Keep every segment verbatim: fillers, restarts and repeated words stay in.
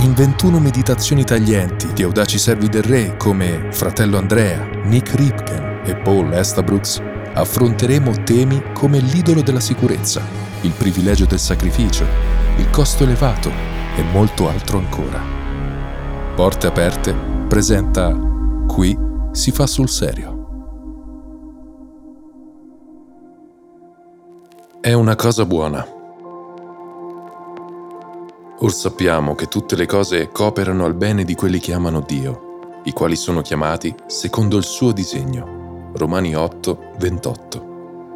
in ventuno meditazioni taglienti di audaci servi del re come Fratello Andrea, Nick Ripken e Paul Estabrooks, affronteremo temi come l'idolo della sicurezza, il privilegio del sacrificio, il costo elevato e molto altro ancora. Porte Aperte presenta Qui si fa sul serio. È una cosa buona. Or sappiamo che tutte le cose cooperano al bene di quelli che amano Dio, i quali sono chiamati secondo il suo disegno. Romani otto, ventotto.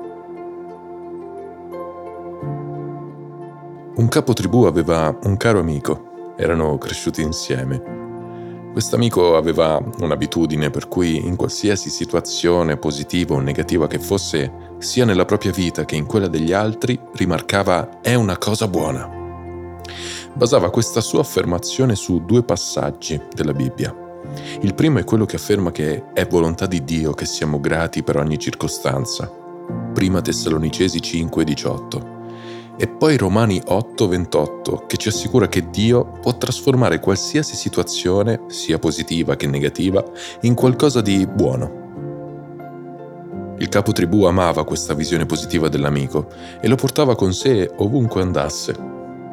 Un capotribù aveva un caro amico, erano cresciuti insieme. Quest'amico aveva un'abitudine per cui in qualsiasi situazione positiva o negativa che fosse, sia nella propria vita che in quella degli altri, rimarcava «è una cosa buona». Basava questa sua affermazione su due passaggi della Bibbia. Il primo è quello che afferma che è volontà di Dio che siamo grati per ogni circostanza. Prima Tessalonicesi cinque, diciotto. E poi Romani otto, ventotto, che ci assicura che Dio può trasformare qualsiasi situazione, sia positiva che negativa, in qualcosa di buono. Il capotribù amava questa visione positiva dell'amico e lo portava con sé ovunque andasse.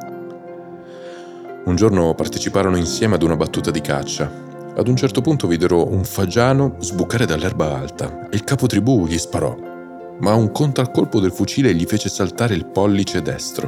Un giorno parteciparono insieme ad una battuta di caccia. Ad un certo punto videro un fagiano sbucare dall'erba alta e il capotribù gli sparò, ma un contraccolpo del fucile gli fece saltare il pollice destro.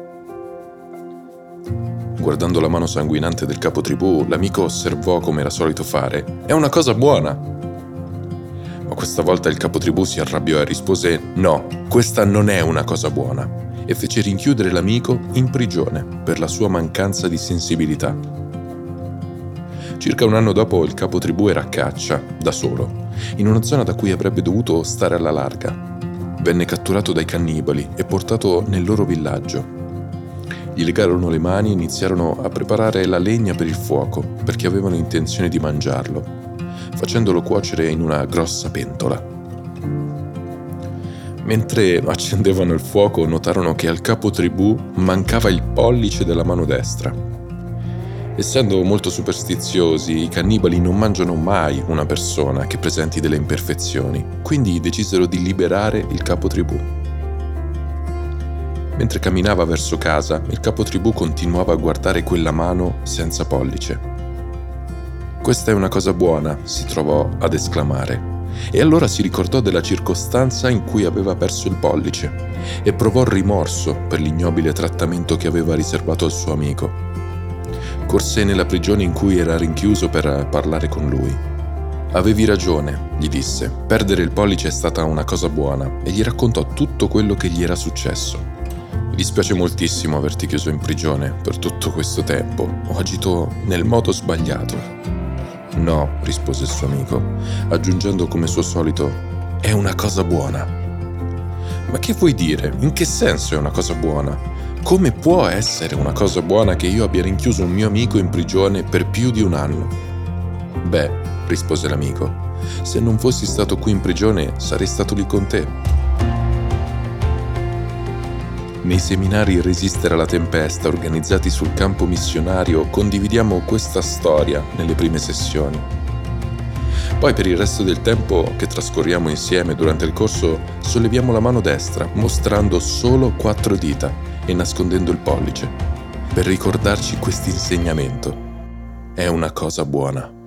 Guardando la mano sanguinante del capotribù, l'amico osservò come era solito fare: «È una cosa buona!» Ma questa volta il capotribù si arrabbiò e rispose: «No, questa non è una cosa buona!» e fece rinchiudere l'amico in prigione per la sua mancanza di sensibilità. Circa un anno dopo il capotribù era a caccia, da solo, in una zona da cui avrebbe dovuto stare alla larga. Venne catturato dai cannibali e portato nel loro villaggio. Gli legarono le mani e iniziarono a preparare la legna per il fuoco perché avevano intenzione di mangiarlo, facendolo cuocere in una grossa pentola. Mentre accendevano il fuoco, notarono che al capotribù mancava il pollice della mano destra. Essendo molto superstiziosi, i cannibali non mangiano mai una persona che presenti delle imperfezioni, quindi decisero di liberare il capotribù. Mentre camminava verso casa, il capotribù continuava a guardare quella mano senza pollice. «Questa è una cosa buona», si trovò ad esclamare. E allora si ricordò della circostanza in cui aveva perso il pollice e provò rimorso per l'ignobile trattamento che aveva riservato al suo amico. Corse nella prigione in cui era rinchiuso per parlare con lui. «Avevi ragione», gli disse, «perdere il pollice è stata una cosa buona», e gli raccontò tutto quello che gli era successo. «Mi dispiace moltissimo averti chiuso in prigione per tutto questo tempo. Ho agito nel modo sbagliato». «No», rispose il suo amico, aggiungendo come suo solito: «È una cosa buona». «Ma che vuoi dire? In che senso è una cosa buona? Come può essere una cosa buona che io abbia rinchiuso un mio amico in prigione per più di un anno?» «Beh», rispose l'amico, «se non fossi stato qui in prigione sarei stato lì con te». Nei seminari Resistere alla tempesta organizzati sul campo missionario condividiamo questa storia nelle prime sessioni. Poi per il resto del tempo che trascorriamo insieme durante il corso solleviamo la mano destra mostrando solo quattro dita e nascondendo il pollice per ricordarci questo insegnamento. È una cosa buona.